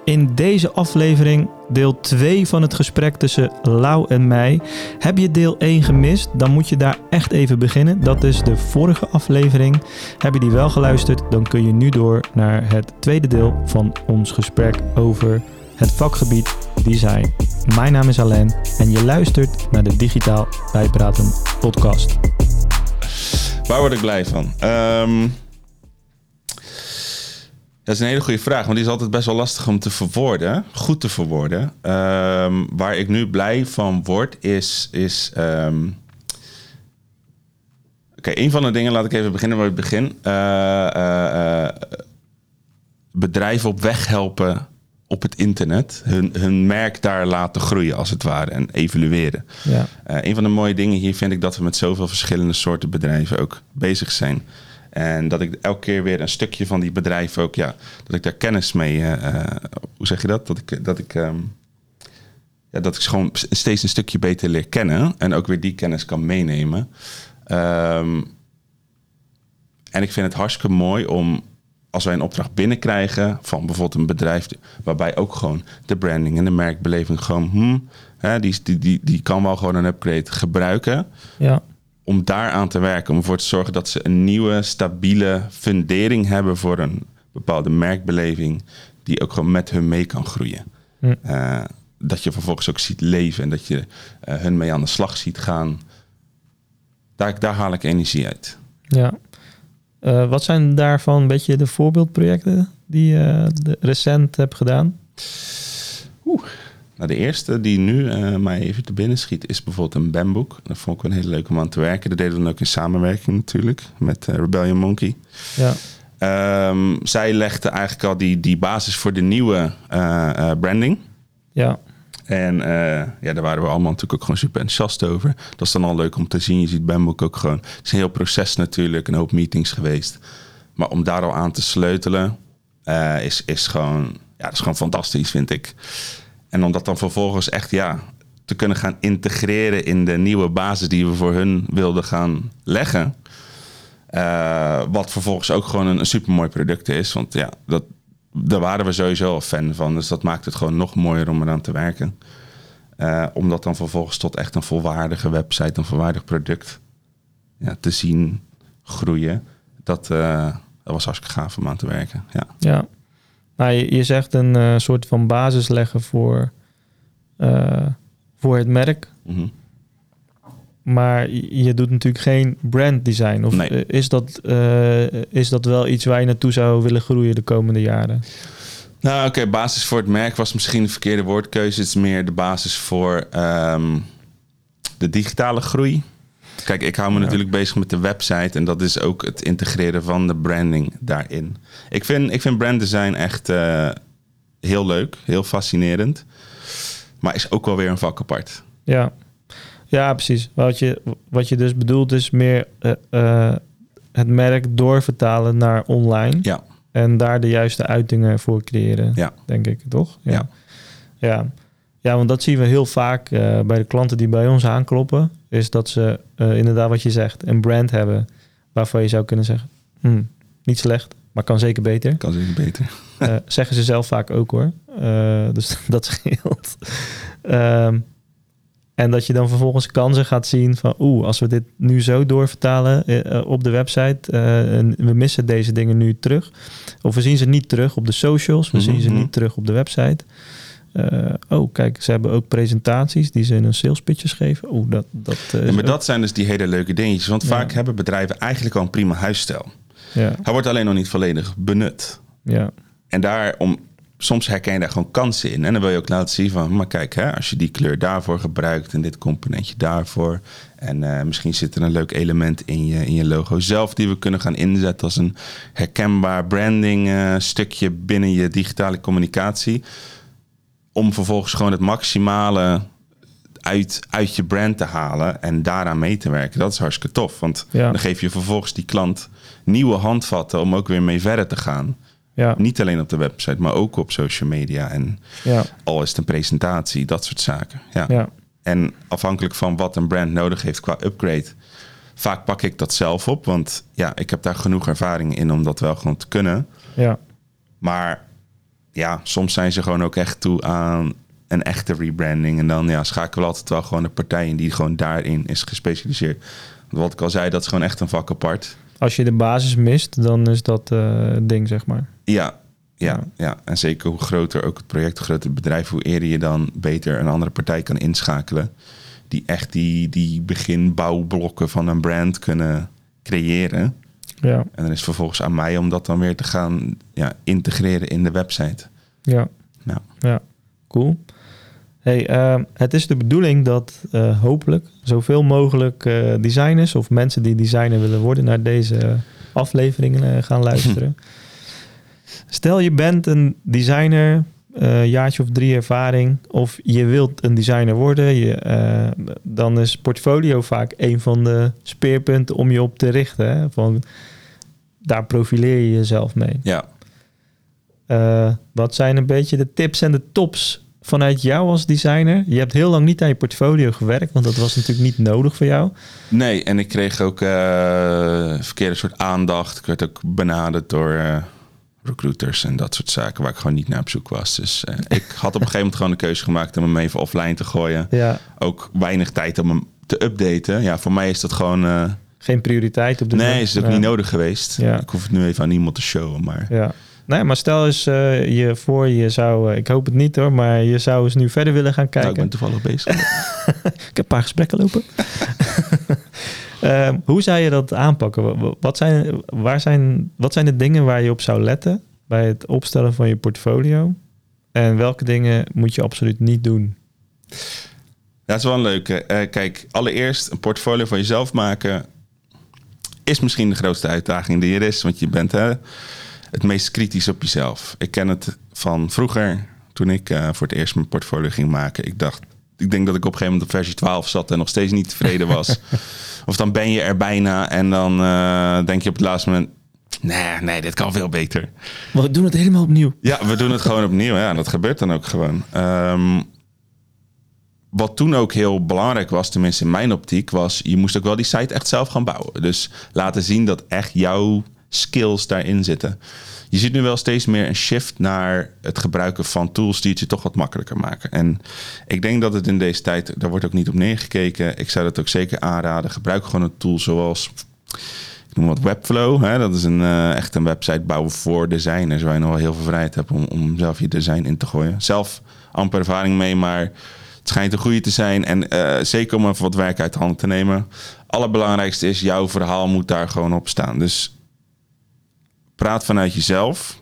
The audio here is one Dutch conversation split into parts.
In deze aflevering deel 2 van het gesprek tussen Lau en mij. Heb je deel 1 gemist, dan moet je daar echt even beginnen. Dat is de vorige aflevering. Heb je die wel geluisterd, dan kun je nu door naar het tweede deel van ons gesprek over het vakgebied design. Mijn naam is Alain en je luistert naar de Digitaal Bijpraten podcast. Waar word ik blij van? Dat is een hele goede vraag, want die is altijd best wel lastig om te verwoorden. Goed te verwoorden. Waar ik nu blij van word is een van de dingen, laat ik even beginnen waar ik begin. Bedrijven op weg helpen op het internet. Hun merk daar laten groeien, als het ware, en evalueren. Ja. Een van de mooie dingen hier vind ik dat we met zoveel verschillende soorten bedrijven ook bezig zijn. En dat ik elke keer weer een stukje van die bedrijven ook, dat ik daar kennis mee, hoe zeg je dat? Dat ik ze gewoon steeds een stukje beter leer kennen en ook weer die kennis kan meenemen. En ik vind het hartstikke mooi om, als wij een opdracht binnenkrijgen van bijvoorbeeld een bedrijf, waarbij ook gewoon de branding en de merkbeleving gewoon, die kan wel gewoon een upgrade gebruiken. Ja. Om daaraan te werken, om ervoor te zorgen dat ze een nieuwe, stabiele fundering hebben voor een bepaalde merkbeleving die ook gewoon met hun mee kan groeien. Dat je vervolgens ook ziet leven en dat je hun mee aan de slag ziet gaan. Daar haal ik energie uit. Ja. Wat zijn daarvan een beetje de voorbeeldprojecten die je recent hebt gedaan? Nou, de eerste die nu mij even te binnen schiet is bijvoorbeeld een BAM-boek. Dat vond ik wel een hele leuke om aan te werken. Dat deden we dan ook in samenwerking natuurlijk met Rebellion Monkey. Ja. Zij legde eigenlijk al die basis voor de nieuwe branding. Ja. En daar waren we allemaal natuurlijk ook gewoon super enthousiast over. Dat is dan al leuk om te zien. Je ziet BAM-boek ook gewoon. Het is een heel proces natuurlijk, een hoop meetings geweest. Maar om daar al aan te sleutelen is gewoon fantastisch, vind ik. En om dat dan vervolgens echt te kunnen gaan integreren in de nieuwe basis die we voor hun wilden gaan leggen. Wat vervolgens ook gewoon een supermooi product is. Want daar waren we sowieso al fan van. Dus dat maakt het gewoon nog mooier om eraan te werken. Om dat dan vervolgens tot echt een volwaardige website, een volwaardig product te zien groeien. Dat was hartstikke gaaf om aan te werken. Ja. Nou, je zegt een soort van basis leggen voor het merk. Mm-hmm. Maar je doet natuurlijk geen brand design. Of nee. Is dat wel iets waar je naartoe zou willen groeien de komende jaren? Nou, oké, basis voor het merk was misschien de verkeerde woordkeuze. Het is meer de basis voor de digitale groei. Kijk, ik hou me natuurlijk bezig met de website en dat is ook het integreren van de branding daarin. Ik vind branddesign echt heel leuk, heel fascinerend, maar is ook wel weer een vak apart. Ja, precies. Wat je dus bedoelt is meer het merk doorvertalen naar online. Ja. En daar de juiste uitingen voor creëren, denk ik, toch? Ja, want dat zien we heel vaak bij de klanten die bij ons aankloppen. Is dat ze inderdaad wat je zegt, een brand hebben waarvan je zou kunnen zeggen, niet slecht, maar kan zeker beter. Kan zeker beter. Zeggen ze zelf vaak ook hoor. Dus dat scheelt. En dat je dan vervolgens kansen gaat zien van als we dit nu zo doorvertalen op de website, we missen deze dingen nu terug. Of we zien ze niet terug op de socials, we zien ze niet terug op de website. Kijk, ze hebben ook presentaties die ze in hun sales pitches geven. Dat zijn dus die hele leuke dingetjes. Want vaak hebben bedrijven eigenlijk al een prima huisstijl. Ja. Hij wordt alleen nog niet volledig benut. Ja. En soms herken je daar gewoon kansen in. En dan wil je ook laten zien van, maar kijk, als je die kleur daarvoor gebruikt en dit componentje daarvoor. En misschien zit er een leuk element in je logo zelf die we kunnen gaan inzetten als een herkenbaar branding stukje binnen je digitale communicatie. Om vervolgens gewoon het maximale uit je brand te halen en daaraan mee te werken. Dat is hartstikke tof. Want dan geef je vervolgens die klant nieuwe handvatten om ook weer mee verder te gaan. Ja. Niet alleen op de website, maar ook op social media. En al is het een presentatie, dat soort zaken. Ja. En afhankelijk van wat een brand nodig heeft qua upgrade, vaak pak ik dat zelf op. Want ik heb daar genoeg ervaring in om dat wel gewoon te kunnen. Ja. Maar ja, soms zijn ze gewoon ook echt toe aan een echte rebranding. En dan schakelen we altijd wel gewoon een partij in die gewoon daarin is gespecialiseerd. Want wat ik al zei, dat is gewoon echt een vak apart. Als je de basis mist, dan is dat het ding, zeg maar. Ja. En zeker hoe groter ook het project, hoe groter het bedrijf, hoe eerder je dan beter een andere partij kan inschakelen. Die echt die beginbouwblokken van een brand kunnen creëren. Ja. En dan is het vervolgens aan mij om dat dan weer te gaan integreren in de website. Ja, cool. Hey, het is de bedoeling dat hopelijk zoveel mogelijk designers of mensen die designer willen worden naar deze afleveringen gaan luisteren. Stel je bent een designer, jaartje of 3 ervaring, of je wilt een designer worden, dan is portfolio vaak een van de speerpunten om je op te richten. Hè? Van, daar profileer je jezelf mee. Ja. Wat zijn een beetje de tips en de tops vanuit jou als designer? Je hebt heel lang niet aan je portfolio gewerkt, want dat was natuurlijk niet nodig voor jou. Nee, en ik kreeg ook verkeerde soort aandacht. Ik werd ook benaderd door recruiters en dat soort zaken waar ik gewoon niet naar op zoek was. Dus ik had op een gegeven moment gewoon de keuze gemaakt om hem even offline te gooien. Ja. Ook weinig tijd om hem te updaten. Ja, voor mij is dat gewoon... geen prioriteit op de Nee, is het ook niet nodig geweest. Ja. Ik hoef het nu even aan iemand te showen, maar... Ja. Nee, maar stel eens je zou... ik hoop het niet hoor, maar je zou eens nu verder willen gaan kijken. Nou, ik ben toevallig bezig. Ik heb een paar gesprekken lopen. Hoe zou je dat aanpakken? Wat zijn de dingen waar je op zou letten bij het opstellen van je portfolio? En welke dingen moet je absoluut niet doen? Dat is wel een leuke. Kijk, allereerst een portfolio van jezelf maken is misschien de grootste uitdaging die er is. Want je bent het meest kritisch op jezelf. Ik ken het van vroeger, toen ik voor het eerst mijn portfolio ging maken. Ik denk dat ik op een gegeven moment op versie 12 zat en nog steeds niet tevreden was. Of dan ben je er bijna en dan denk je op het laatste moment... Nee, dit kan veel beter. Maar we doen het helemaal opnieuw. Ja, we doen het gewoon opnieuw. Ja, dat gebeurt dan ook gewoon. Wat toen ook heel belangrijk was, tenminste in mijn optiek, was... je moest ook wel die site echt zelf gaan bouwen. Dus laten zien dat echt jouw skills daarin zitten. Je ziet nu wel steeds meer een shift naar het gebruiken van tools die het je toch wat makkelijker maken. En ik denk dat het in deze tijd, daar wordt ook niet op neergekeken. Ik zou dat ook zeker aanraden. Gebruik gewoon een tool zoals, ik noem wat Webflow. Hè? Dat is echt een website bouwen voor designers, waar je nog wel heel veel vrijheid hebt om zelf je design in te gooien. Zelf amper ervaring mee, maar het schijnt een goede te zijn. En zeker om even wat werk uit de hand te nemen. Allerbelangrijkste is, jouw verhaal moet daar gewoon op staan. Dus praat vanuit jezelf.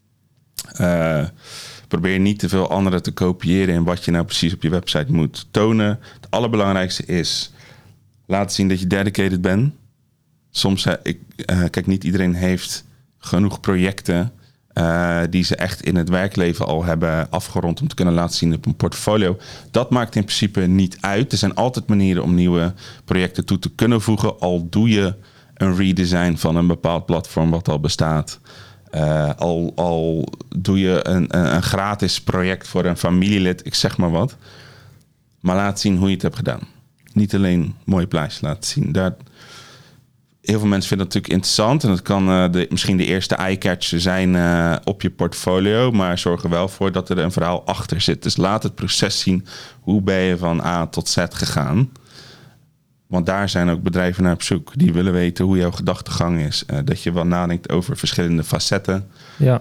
Probeer niet te veel anderen te kopiëren in wat je nou precies op je website moet tonen. Het allerbelangrijkste is, laat zien dat je dedicated bent. Soms, kijk, niet iedereen heeft genoeg projecten die ze echt in het werkleven al hebben afgerond om te kunnen laten zien op een portfolio. Dat maakt in principe niet uit. Er zijn altijd manieren om nieuwe projecten toe te kunnen voegen, al doe je een redesign van een bepaald platform wat al bestaat. Al doe je een gratis project voor een familielid, ik zeg maar wat. Maar laat zien hoe je het hebt gedaan. Niet alleen mooie plaatjes laten zien. Heel veel mensen vinden dat natuurlijk interessant. En dat kan misschien de eerste eye-catcher zijn op je portfolio. Maar zorg er wel voor dat er een verhaal achter zit. Dus laat het proces zien. Hoe ben je van A tot Z gegaan? Want daar zijn ook bedrijven naar op zoek. Die willen weten hoe jouw gedachtegang is. Dat je wel nadenkt over verschillende facetten. Ja.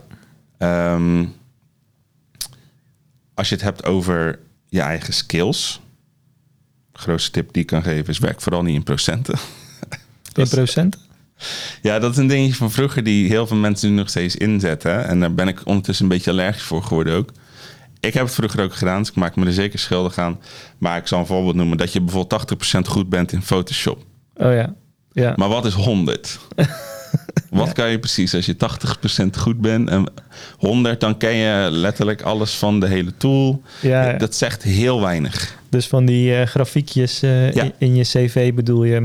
Als je het hebt over je eigen skills. De grootste tip die ik kan geven is, werk vooral niet in procenten. In procenten? Ja, dat is een dingetje van vroeger die heel veel mensen nu nog steeds inzetten. En daar ben ik ondertussen een beetje allergisch voor geworden ook. Ik heb het vroeger ook gedaan, dus ik maak me er zeker schuldig aan. Maar ik zal een voorbeeld noemen, dat je bijvoorbeeld 80% goed bent in Photoshop. Oh ja. Maar wat is 100? Wat kan je precies als je 80% goed bent? En 100, dan ken je letterlijk alles van de hele tool. Ja. Dat zegt heel weinig. Dus van die grafiekjes in je cv bedoel je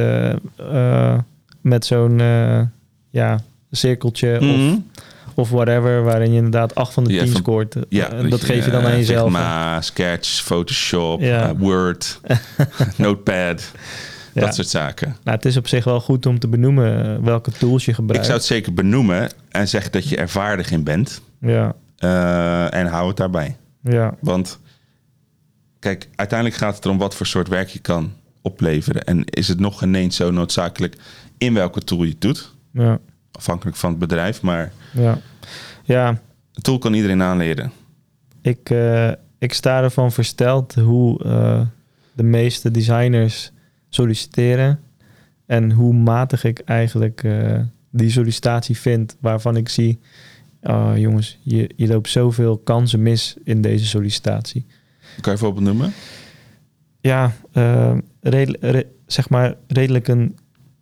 met zo'n cirkeltje of whatever, waarin je inderdaad 8 van de 10 scoort. Dat geef je dan aan jezelf. Figma, Sketch, Photoshop, Word, Notepad. Dat soort zaken. Nou, het is op zich wel goed om te benoemen welke tools je gebruikt. Ik zou het zeker benoemen en zeggen dat je er vaardig in bent. Ja. En hou het daarbij. Ja. Want kijk, uiteindelijk gaat het erom wat voor soort werk je kan opleveren. En is het nog ineens zo noodzakelijk in welke tool je het doet? Ja. Afhankelijk van het bedrijf, maar Ja. de tool kan iedereen aanleren. Ik sta ervan versteld hoe de meeste designers solliciteren en hoe matig ik eigenlijk die sollicitatie vind, waarvan ik zie, jongens, je loopt zoveel kansen mis in deze sollicitatie. Kan je voorbeeld noemen? Ja, zeg maar redelijk een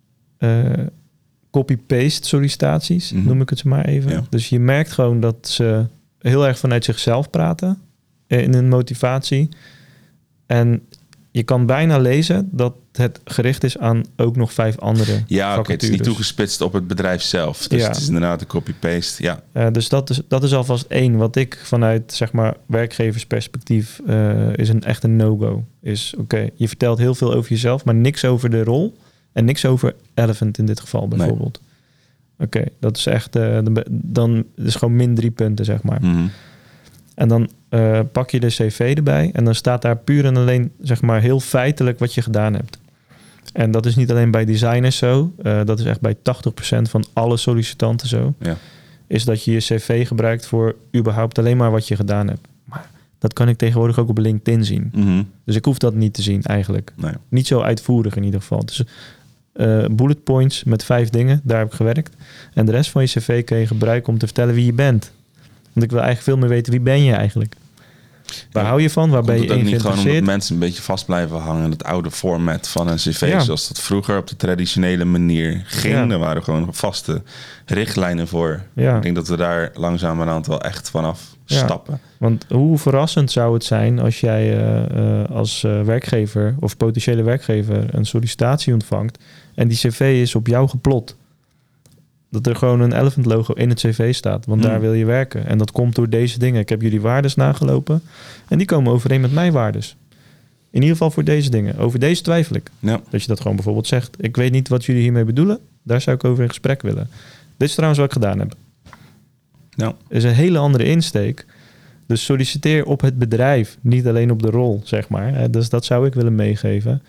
copy-paste sollicitaties, noem ik het maar even. Ja. Dus je merkt gewoon dat ze heel erg vanuit zichzelf praten in hun motivatie. En je kan bijna lezen dat het gericht is aan ook nog 5 andere vacatures. Oké, het is niet toegespitst op het bedrijf zelf. Dus het is inderdaad een copy-paste, dus dat is alvast 1. Wat ik vanuit, zeg maar, werkgeversperspectief is echt een no-go. Is oké, je vertelt heel veel over jezelf, maar niks over de rol en niks over Elephant in dit geval bijvoorbeeld. Nee. Oké, dat is echt, dan is gewoon min 3 punten, zeg maar. Mm-hmm. En dan pak je de cv erbij en dan staat daar puur en alleen, zeg maar, heel feitelijk wat je gedaan hebt. En dat is niet alleen bij designers zo. Dat is echt bij 80% van alle sollicitanten zo. Ja. Is dat je je cv gebruikt voor überhaupt alleen maar wat je gedaan hebt. Maar dat kan ik tegenwoordig ook op LinkedIn zien. Mm-hmm. Dus ik hoef dat niet te zien eigenlijk. Nee. Niet zo uitvoerig in ieder geval. Dus bullet points met 5 dingen, daar heb ik gewerkt. En de rest van je cv kun je gebruiken om te vertellen wie je bent. Want ik wil eigenlijk veel meer weten, wie ben je eigenlijk? Waar hou je van? Waar ben je in geïnteresseerd? Niet gewoon omdat mensen een beetje vast blijven hangen in het oude format van een cv, zoals dat vroeger op de traditionele manier ging. Ja. Er waren gewoon vaste richtlijnen voor. Ja. Ik denk dat we daar langzamerhand wel echt vanaf stappen. Want hoe verrassend zou het zijn als jij als werkgever of potentiële werkgever een sollicitatie ontvangt en die cv is op jou geplot. Dat er gewoon een Elephant logo in het cv staat. Want daar wil je werken. En dat komt door deze dingen. Ik heb jullie waardes nagelopen. En die komen overeen met mijn waardes. In ieder geval voor deze dingen. Over deze twijfel ik. Ja. Dat je dat gewoon bijvoorbeeld zegt. Ik weet niet wat jullie hiermee bedoelen. Daar zou ik over in gesprek willen. Dit is trouwens wat ik gedaan heb. Ja. Dat is een hele andere insteek. Dus solliciteer op het bedrijf. Niet alleen op de rol, zeg maar. Dus dat zou ik willen meegeven.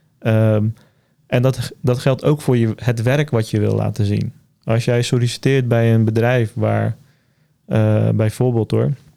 En dat geldt ook voor het werk wat je wil laten zien. Als jij solliciteert bij een bedrijf waar bijvoorbeeld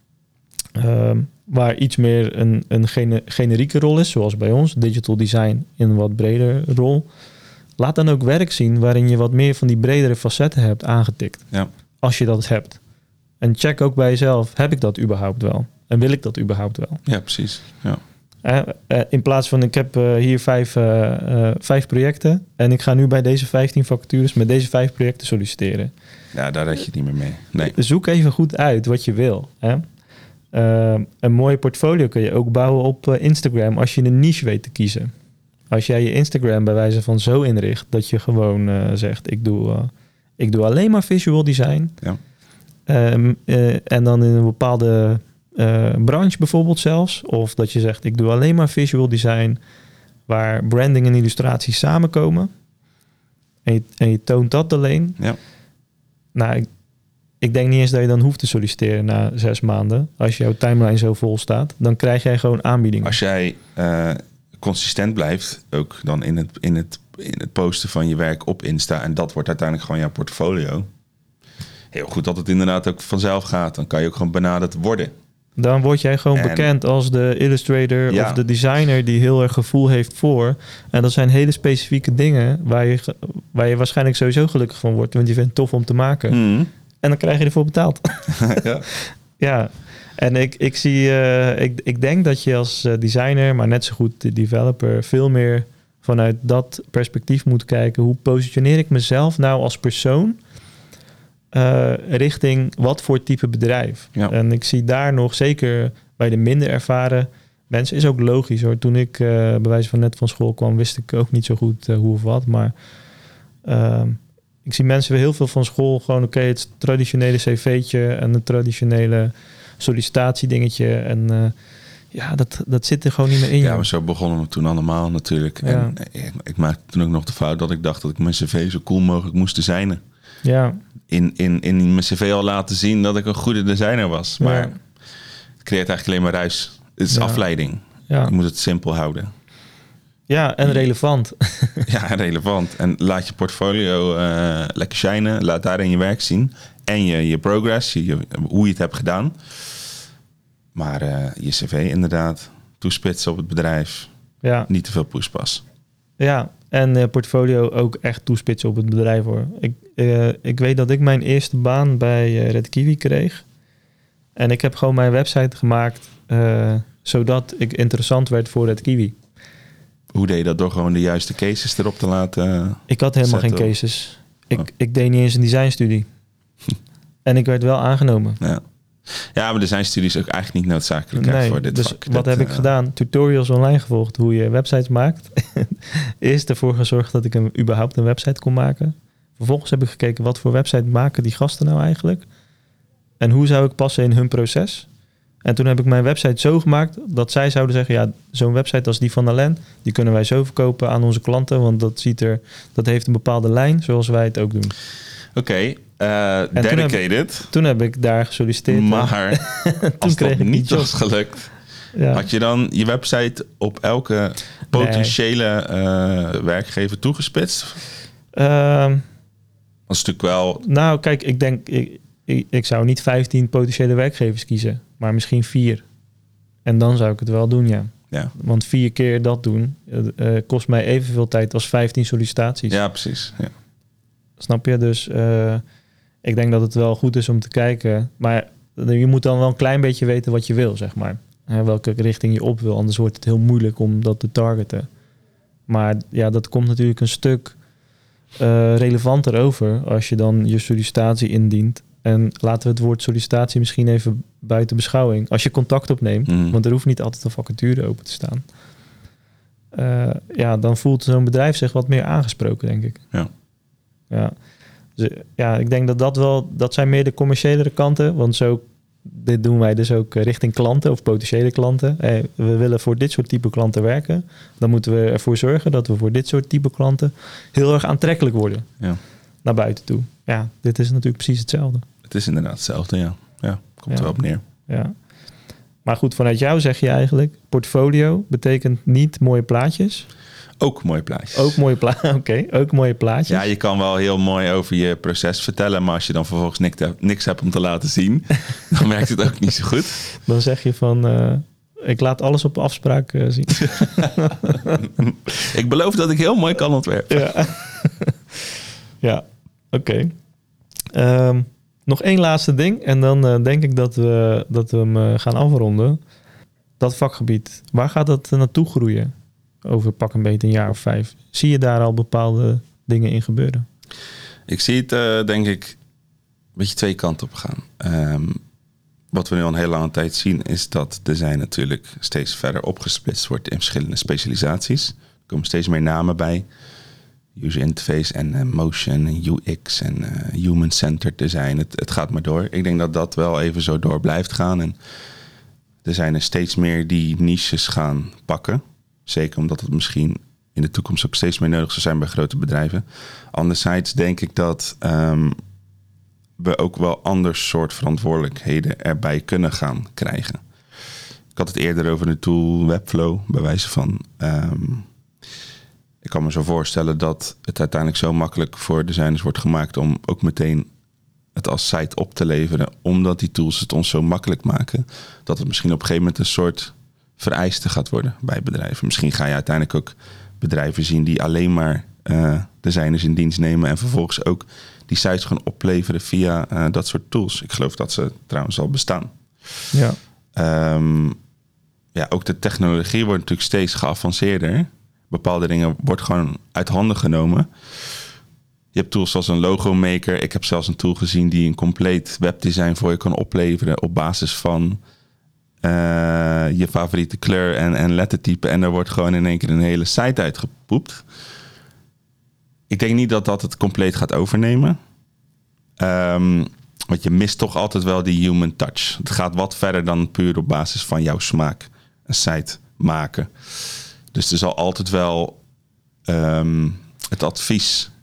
waar iets meer een generieke rol is, zoals bij ons, digital design in een wat breder rol, laat dan ook werk zien waarin je wat meer van die bredere facetten hebt aangetikt. Ja. Als je dat hebt. En check ook bij jezelf, heb ik dat überhaupt wel? En wil ik dat überhaupt wel? Ja, precies. Ja. In plaats van, ik heb hier 5 projecten en ik ga nu bij deze 15 vacatures met deze 5 projecten solliciteren. Ja, daar red je niet meer mee. Nee. Zoek even goed uit wat je wil. Hè? Een mooie portfolio kun je ook bouwen op Instagram als je een niche weet te kiezen. Als jij je Instagram bij wijze van zo inricht dat je gewoon zegt, ik doe alleen maar visual design. Ja. En dan in een bepaalde branche bijvoorbeeld zelfs. Of dat je zegt, ik doe alleen maar visual design waar branding en illustratie samenkomen. En je toont dat alleen. Ja. Nou, ik denk niet eens dat je dan hoeft te solliciteren na 6 maanden. Als jouw timeline zo vol staat, dan krijg jij gewoon aanbiedingen. Als jij consistent blijft, ook dan in het posten van je werk op Insta, en dat wordt uiteindelijk gewoon jouw portfolio. Heel goed dat het inderdaad ook vanzelf gaat. Dan kan je ook gewoon benaderd worden. Dan word jij gewoon bekend als de illustrator of de designer die heel erg gevoel heeft voor. En dat zijn hele specifieke dingen waar je waarschijnlijk sowieso gelukkig van wordt. Want je vindt het tof om te maken. Mm. En dan krijg je ervoor betaald. Ja. Ja. En ik denk dat je als designer, maar net zo goed de developer, veel meer vanuit dat perspectief moet kijken. Hoe positioneer ik mezelf nou als persoon richting wat voor type bedrijf? Ja. En ik zie daar nog, zeker bij de minder ervaren mensen, is ook logisch hoor. Toen ik bij wijze van net van school kwam, wist ik ook niet zo goed hoe of wat. Maar ik zie mensen weer heel veel van school gewoon, het traditionele cv'tje en het traditionele sollicitatiedingetje. En dat zit er gewoon niet meer in. Ja, maar zo begonnen we toen allemaal natuurlijk. Ja. En ik maakte toen ook nog de fout dat ik dacht dat ik mijn cv zo cool mogelijk moest designen. Ja. in mijn cv al laten zien dat ik een goede designer was. Maar het creëert eigenlijk alleen maar ruis. Het is afleiding. Ja. Je moet het simpel houden. Ja, en relevant. Ja, relevant. En laat je portfolio lekker shinen. Laat daarin je werk zien. En je progress, hoe je het hebt gedaan. Maar je cv inderdaad. Toespitsen op het bedrijf. Ja. Niet te veel poespas. Ja, en portfolio ook echt toespitsen op het bedrijf hoor. Ik weet dat ik mijn eerste baan bij Red Kiwi kreeg. En ik heb gewoon mijn website gemaakt... zodat ik interessant werd voor Red Kiwi. Hoe deed je dat? Door gewoon de juiste cases erop te laten Ik had helemaal geen cases. Ik deed niet eens een designstudie. En ik werd wel aangenomen. Ja, maar designstudie is ook eigenlijk niet noodzakelijk voor dit dus vak. Wat heb ik gedaan? Tutorials online gevolgd hoe je websites maakt. Eerst ervoor gezorgd dat ik überhaupt een website kon maken. Vervolgens heb ik gekeken wat voor website maken die gasten nou eigenlijk. En hoe zou ik passen in hun proces. En toen heb ik mijn website zo gemaakt dat zij zouden zeggen... ja, zo'n website als die van Alain... die kunnen wij zo verkopen aan onze klanten... want dat heeft een bepaalde lijn zoals wij het ook doen. Oké, dedicated. Toen heb ik daar gesolliciteerd. Maar als dat niet was gelukt... Ja. Had je dan je website op elke potentiële werkgever toegespitst? Dat is natuurlijk wel... Nou, kijk, ik denk... Ik zou niet 15 potentiële werkgevers kiezen, maar misschien 4. En dan zou ik het wel doen, ja. Want 4 keer dat doen kost mij evenveel tijd als 15 sollicitaties. Ja, precies. Ja. Snap je? Dus ik denk dat het wel goed is om te kijken. Maar je moet dan wel een klein beetje weten wat je wil, zeg maar. Welke richting je op wil. Anders wordt het heel moeilijk om dat te targeten. Maar ja, dat komt natuurlijk een stuk relevanter over als je dan je sollicitatie indient. En laten we het woord sollicitatie misschien even buiten beschouwing. Als je contact opneemt, want er hoeft niet altijd een vacature open te staan. Dan voelt zo'n bedrijf zich wat meer aangesproken, denk ik. Ja. Dus, ik denk dat zijn meer de commerciële kanten. Want dit doen wij dus ook richting klanten of potentiële klanten. We willen voor dit soort type klanten werken. Dan moeten we ervoor zorgen dat we voor dit soort type klanten heel erg aantrekkelijk worden. Ja. Naar buiten toe. Ja, dit is natuurlijk precies hetzelfde. Het is inderdaad hetzelfde, ja. Ja, komt er wel op neer. Ja. Maar goed, vanuit jou zeg je eigenlijk... portfolio betekent niet mooie plaatjes. Ook mooie plaatjes. Ook mooie plaatjes. Ja, je kan wel heel mooi over je proces vertellen... maar als je dan vervolgens niks hebt om te laten zien... dan werkt het ook niet zo goed. Dan zeg je van... ik laat alles op afspraak zien. Ik beloof dat ik heel mooi kan ontwerpen. Ja, oké. Nog één laatste ding en dan denk ik dat we hem gaan afronden. Dat vakgebied, waar gaat dat naartoe groeien? Over pak een beetje een jaar of 5. Zie je daar al bepaalde dingen in gebeuren? Ik zie het denk ik een beetje 2 kanten op gaan. Wat we nu al een hele lange tijd zien is dat design natuurlijk steeds verder opgesplitst wordt in verschillende specialisaties. Er komen steeds meer namen bij. User interface en motion en UX en human-centered design. Het gaat maar door. Ik denk dat dat wel even zo door blijft gaan. En er zijn er steeds meer die niches gaan pakken. Zeker omdat het misschien in de toekomst ook steeds meer nodig zou zijn bij grote bedrijven. Anderzijds denk ik dat we ook wel ander soort verantwoordelijkheden erbij kunnen gaan krijgen. Ik had het eerder over de tool Webflow, bij wijze van... ik kan me zo voorstellen dat het uiteindelijk zo makkelijk voor designers wordt gemaakt om ook meteen het als site op te leveren, omdat die tools het ons zo makkelijk maken, dat het misschien op een gegeven moment een soort vereiste gaat worden bij bedrijven. Misschien ga je uiteindelijk ook bedrijven zien die alleen maar designers in dienst nemen en vervolgens ook die sites gaan opleveren via dat soort tools. Ik geloof dat ze trouwens al bestaan. Ja. Ook de technologie wordt natuurlijk steeds geavanceerder. Bepaalde dingen wordt gewoon uit handen genomen. Je hebt tools zoals een logo maker. Ik heb zelfs een tool gezien die een compleet webdesign voor je kan opleveren op basis van je favoriete kleur en lettertype. En er wordt gewoon in één keer een hele site uitgepoept. Ik denk niet dat dat het compleet gaat overnemen. Want je mist toch altijd wel die human touch. Het gaat wat verder dan puur op basis van jouw smaak een site maken. Dus er zal altijd wel het advies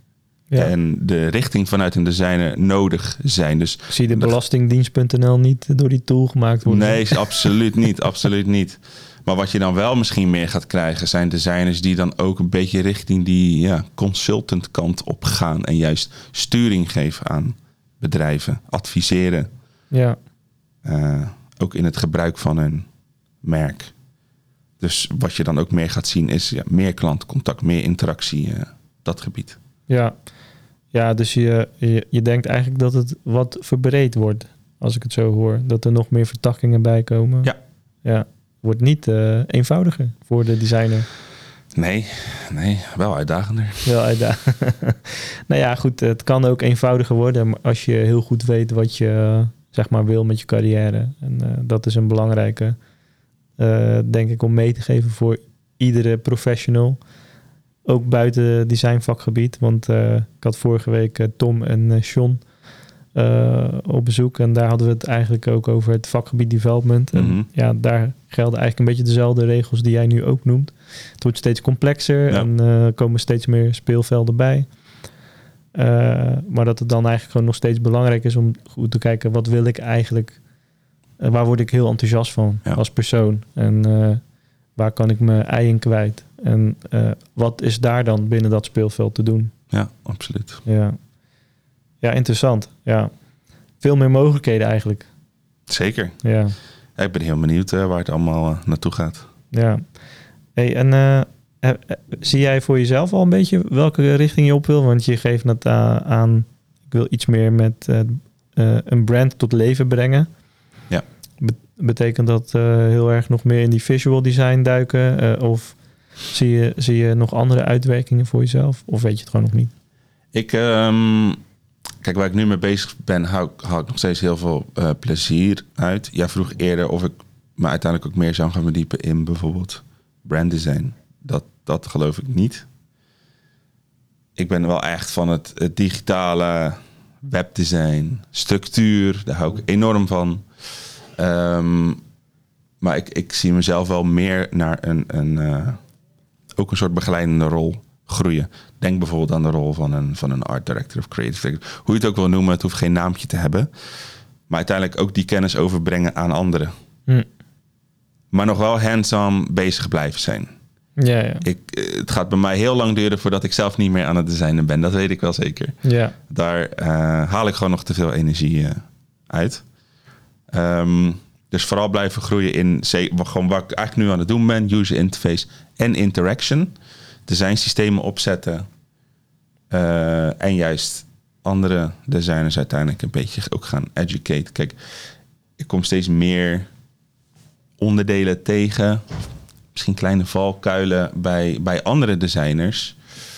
en de richting vanuit een designer nodig zijn. Dus zie je de belastingdienst.nl niet door die tool gemaakt worden? Nee, absoluut niet. Absoluut niet. Maar wat je dan wel misschien meer gaat krijgen, zijn designers die dan ook een beetje richting die consultant kant op gaan. En juist sturing geven aan bedrijven. Adviseren. Ja. Ook in het gebruik van een merk. Dus wat je dan ook meer gaat zien is meer klantcontact, meer interactie. Dat gebied. Ja, dus je denkt eigenlijk dat het wat verbreed wordt. Als ik het zo hoor. Dat er nog meer vertakkingen bij komen. Ja. Wordt niet eenvoudiger voor de designer. Nee, wel uitdagender. Nou ja, goed, het kan ook eenvoudiger worden als je heel goed weet wat je zeg maar wil met je carrière. En dat is een belangrijke, denk ik, om mee te geven voor iedere professional. Ook buiten het designvakgebied. Want ik had vorige week Tom en Sean op bezoek. En daar hadden we het eigenlijk ook over het vakgebied development. En daar gelden eigenlijk een beetje dezelfde regels die jij nu ook noemt. Het wordt steeds complexer en komen steeds meer speelvelden bij. Maar dat het dan eigenlijk gewoon nog steeds belangrijk is om goed te kijken, wat wil ik eigenlijk? Waar word ik heel enthousiast van als persoon? En waar kan ik mijn ei in kwijt? En wat is daar dan binnen dat speelveld te doen? Ja, absoluut. Ja, interessant. Ja. Veel meer mogelijkheden eigenlijk. Zeker. Ja. Ik ben heel benieuwd waar het allemaal naartoe gaat. Ja. Hey, en zie jij voor jezelf al een beetje welke richting je op wil? Want je geeft net aan, ik wil iets meer met een brand tot leven brengen. Ja. Betekent dat heel erg nog meer in die visual design duiken? Of zie je nog andere uitwerkingen voor jezelf? Of weet je het gewoon nog niet? Kijk, waar ik nu mee bezig ben, haal ik nog steeds heel veel plezier uit. Jij vroeg eerder of ik me uiteindelijk ook meer zou gaan verdiepen in bijvoorbeeld branddesign. Dat geloof ik niet. Ik ben wel echt van het digitale webdesign, structuur, daar hou ik enorm van. Maar ik zie mezelf wel meer naar ook een soort begeleidende rol groeien. Denk bijvoorbeeld aan de rol van een art director of creative director. Hoe je het ook wil noemen, het hoeft geen naampje te hebben. Maar uiteindelijk ook die kennis overbrengen aan anderen. Maar nog wel hands-on bezig blijven zijn. Ja. Het gaat bij mij heel lang duren voordat ik zelf niet meer aan het designen ben. Dat weet ik wel zeker. Ja. Daar haal ik gewoon nog te veel energie uit. Dus vooral blijven groeien in gewoon wat ik eigenlijk nu aan het doen ben. User interface en interaction. Designsystemen opzetten. En juist andere designers uiteindelijk een beetje ook gaan educate. Kijk, ik kom steeds meer onderdelen tegen. Misschien kleine valkuilen bij andere designers.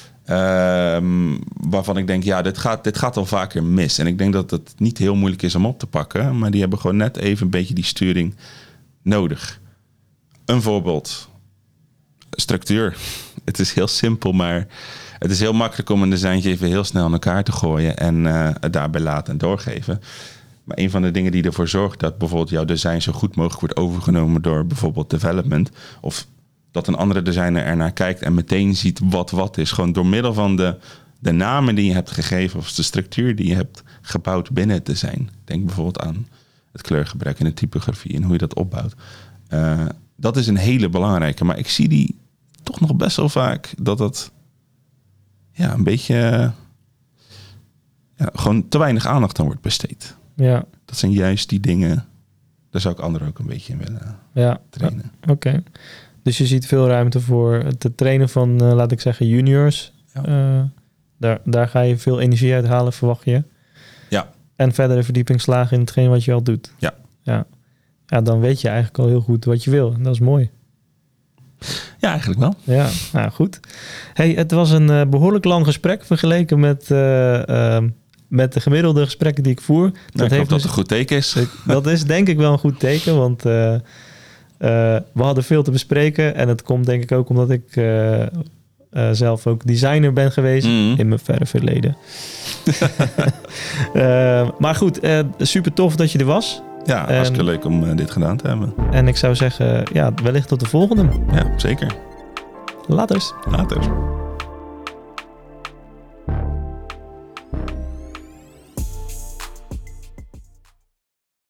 Waarvan ik denk, dit gaat al vaker mis. En ik denk dat het niet heel moeilijk is om op te pakken. Maar die hebben gewoon net even een beetje die sturing nodig. Een voorbeeld. Structuur. Het is heel simpel, maar het is heel makkelijk om een designtje even heel snel aan elkaar te gooien en het daarbij laten en doorgeven. Maar een van de dingen die ervoor zorgt dat bijvoorbeeld jouw design zo goed mogelijk wordt overgenomen door bijvoorbeeld development, of dat een andere designer ernaar kijkt en meteen ziet wat is, gewoon door middel van de namen die je hebt gegeven of de structuur die je hebt gebouwd binnen het design. Denk bijvoorbeeld aan het kleurgebruik en de typografie en hoe je dat opbouwt. Dat is een hele belangrijke, maar ik zie die toch nog best wel vaak dat een beetje gewoon te weinig aandacht aan wordt besteed. Ja. Dat zijn juist die dingen, daar zou ik anderen ook een beetje in willen trainen. Oké. Dus je ziet veel ruimte voor het trainen van, laat ik zeggen, juniors. Ja. Daar ga je veel energie uit halen, verwacht je. Ja. En verdere verdieping slagen in hetgeen wat je al doet. Ja. Ja, dan weet je eigenlijk al heel goed wat je wil. En dat is mooi. Ja, eigenlijk wel. Ja, nou goed. Hey, het was een behoorlijk lang gesprek vergeleken met de gemiddelde gesprekken die ik voer. Ik hoop dat het een goed teken is. Dat is denk ik wel een goed teken, want we hadden veel te bespreken. En het komt denk ik ook omdat ik zelf ook designer ben geweest in mijn verre verleden. Maar goed, super tof dat je er was. Ja, hartstikke leuk om dit gedaan te hebben. En ik zou zeggen, wellicht tot de volgende. Ja, zeker. Laters.